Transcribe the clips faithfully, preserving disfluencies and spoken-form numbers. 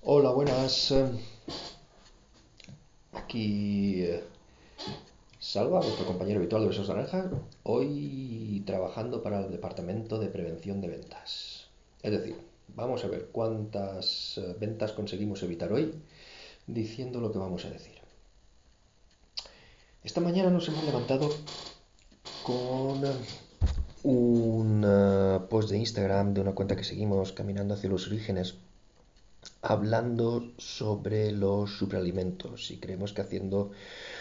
Hola, buenas. eh, Aquí eh, Salva, vuestro compañero habitual de Besos Naranjas, hoy trabajando para el Departamento de Prevención de Ventas. Es decir, vamos a ver cuántas eh, ventas conseguimos evitar hoy diciendo lo que vamos a decir. Esta mañana nos hemos levantado con un eh, post de Instagram de una cuenta que seguimos caminando hacia los orígenes hablando sobre los superalimentos y creemos que haciendo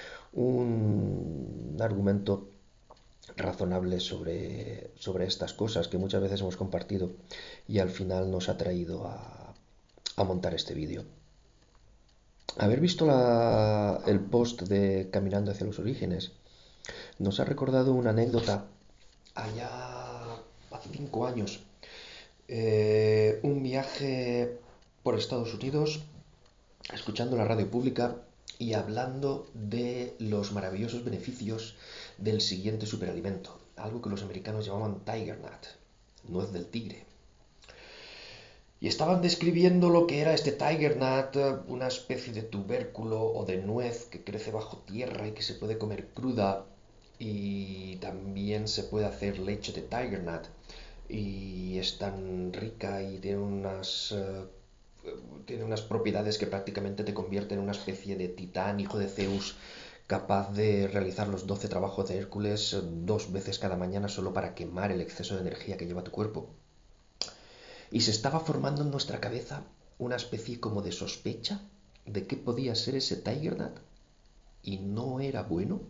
un argumento razonable sobre, sobre estas cosas que muchas veces hemos compartido y al final nos ha traído a, a montar este vídeo. Haber visto la, el post de Caminando hacia los orígenes nos ha recordado una anécdota allá hace cinco años. Eh, un viaje por Estados Unidos escuchando la radio pública y hablando de los maravillosos beneficios del siguiente superalimento, algo que los americanos llamaban Tiger Nut, nuez del tigre. Y estaban describiendo lo que era este Tiger Nut, una especie de tubérculo o de nuez que crece bajo tierra y que se puede comer cruda y también se puede hacer leche de Tiger Nut y es tan rica y tiene unas uh, tiene unas propiedades que prácticamente te convierten en una especie de titán, hijo de Zeus, capaz de realizar los doce trabajos de Hércules dos veces cada mañana solo para quemar el exceso de energía que lleva tu cuerpo. Y se estaba formando en nuestra cabeza una especie como de sospecha de qué podía ser ese Tiger Nut y no era bueno.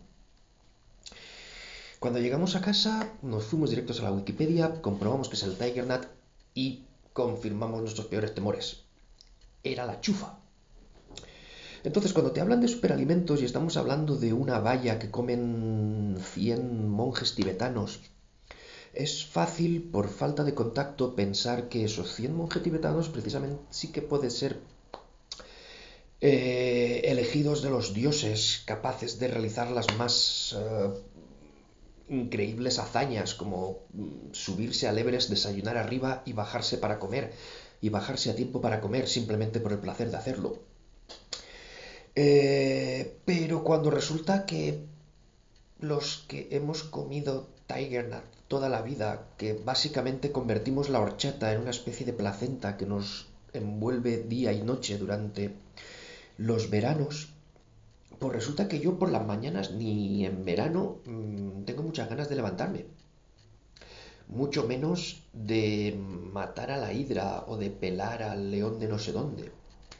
Cuando llegamos a casa nos fuimos directos a la Wikipedia, comprobamos que es el Tiger Nut y confirmamos nuestros peores temores. Era la chufa. Entonces, cuando te hablan de superalimentos y estamos hablando de una valla que comen cien monjes tibetanos, es fácil, por falta de contacto, pensar que esos cien monjes tibetanos precisamente sí que pueden ser eh, elegidos de los dioses, capaces de realizar las más eh, increíbles hazañas, como mm, subirse al Everest, desayunar arriba y bajarse para comer, y bajarse a tiempo para comer simplemente por el placer de hacerlo. Eh, pero cuando resulta que los que hemos comido Tiger Nut toda la vida, que básicamente convertimos la horchata en una especie de placenta que nos envuelve día y noche durante los veranos, pues resulta que yo por las mañanas ni en verano mmm, tengo muchas ganas de levantarme, mucho menos de matar a la hidra o de pelar al león de no sé dónde.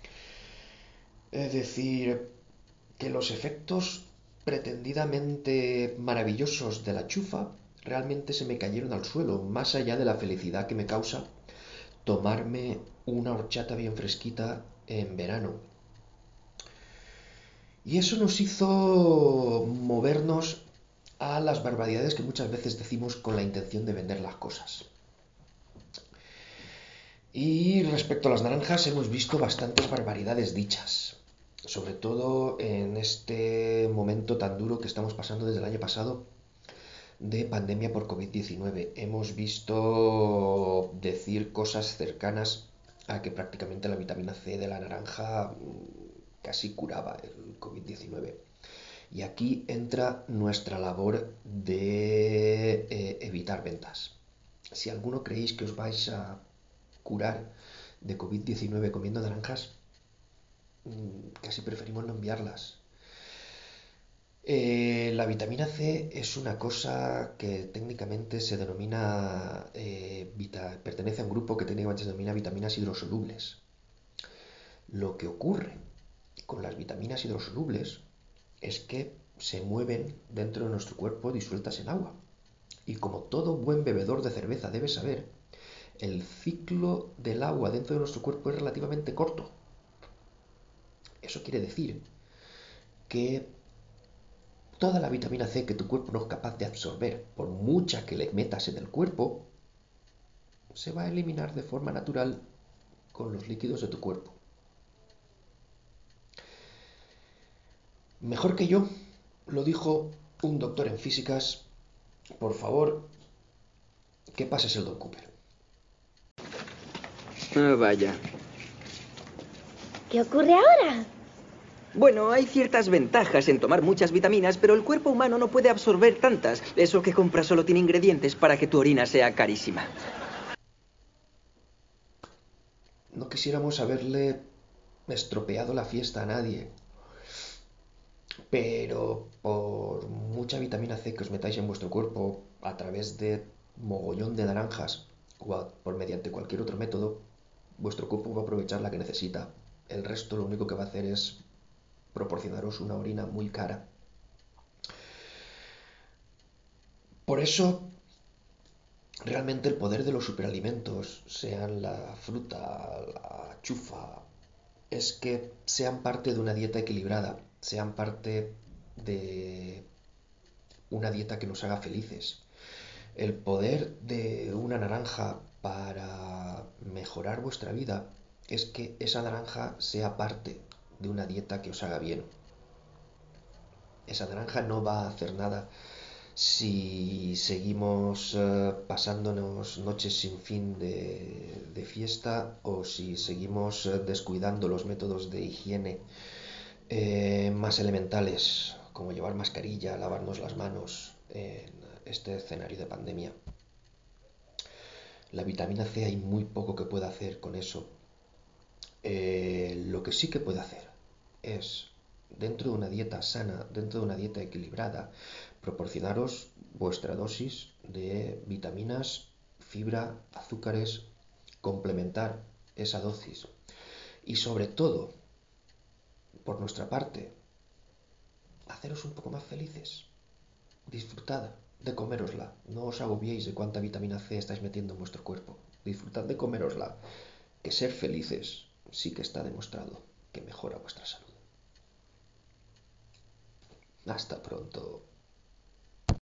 Es decir, que los efectos pretendidamente maravillosos de la chufa realmente se me cayeron al suelo, más allá de la felicidad que me causa tomarme una horchata bien fresquita en verano. Y eso nos hizo movernos a las barbaridades que muchas veces decimos con la intención de vender las cosas. Y respecto a las naranjas hemos visto bastantes barbaridades dichas, sobre todo en este momento tan duro que estamos pasando desde el año pasado de pandemia por COVID diecinueve. Hemos visto decir cosas cercanas a que prácticamente la vitamina C de la naranja casi curaba el COVID diecinueve. Y aquí entra nuestra labor de eh, evitar ventas. Si alguno creéis que os vais a curar de COVID diecinueve comiendo naranjas, casi preferimos no enviarlas. Eh, la vitamina C es una cosa que técnicamente se denomina, eh, vita- pertenece a un grupo que técnicamente se denomina vitaminas hidrosolubles. Lo que ocurre con las vitaminas hidrosolubles es que se mueven dentro de nuestro cuerpo disueltas en agua. Y como todo buen bebedor de cerveza debe saber, el ciclo del agua dentro de nuestro cuerpo es relativamente corto. Eso quiere decir que toda la vitamina C que tu cuerpo no es capaz de absorber, por mucha que le metas en el cuerpo, se va a eliminar de forma natural con los líquidos de tu cuerpo. Mejor que yo, lo dijo un doctor en físicas. Por favor, que pases el Don Cooper. Ah, vaya. ¿Qué ocurre ahora? Bueno, hay ciertas ventajas en tomar muchas vitaminas, pero el cuerpo humano no puede absorber tantas. Eso que compras solo tiene ingredientes para que tu orina sea carísima. No quisiéramos haberle estropeado la fiesta a nadie, pero por mucha vitamina C que os metáis en vuestro cuerpo a través de mogollón de naranjas o a- por mediante cualquier otro método, vuestro cuerpo va a aprovechar la que necesita. El resto lo único que va a hacer es proporcionaros una orina muy cara. Por eso, realmente el poder de los superalimentos, sean la fruta, la chufa, es que sean parte de una dieta equilibrada, sean parte de una dieta que nos haga felices. El poder de una naranja para mejorar vuestra vida es que esa naranja sea parte de una dieta que os haga bien. Esa naranja no va a hacer nada si seguimos eh, pasándonos noches sin fin de, de fiesta o si seguimos eh, descuidando los métodos de higiene eh, más elementales, como llevar mascarilla, lavarnos las manos en este escenario de pandemia. La vitamina C hay muy poco que pueda hacer con eso. Eh, lo que sí que puede hacer es, dentro de una dieta sana, dentro de una dieta equilibrada, proporcionaros vuestra dosis de vitaminas, fibra, azúcares, complementar esa dosis. Y sobre todo, por nuestra parte, haceros un poco más felices. Disfrutad de comérosla. No os agobiéis de cuánta vitamina C estáis metiendo en vuestro cuerpo. Disfrutad de comérosla. Que ser felices sí que está demostrado que mejora vuestra salud. Hasta pronto.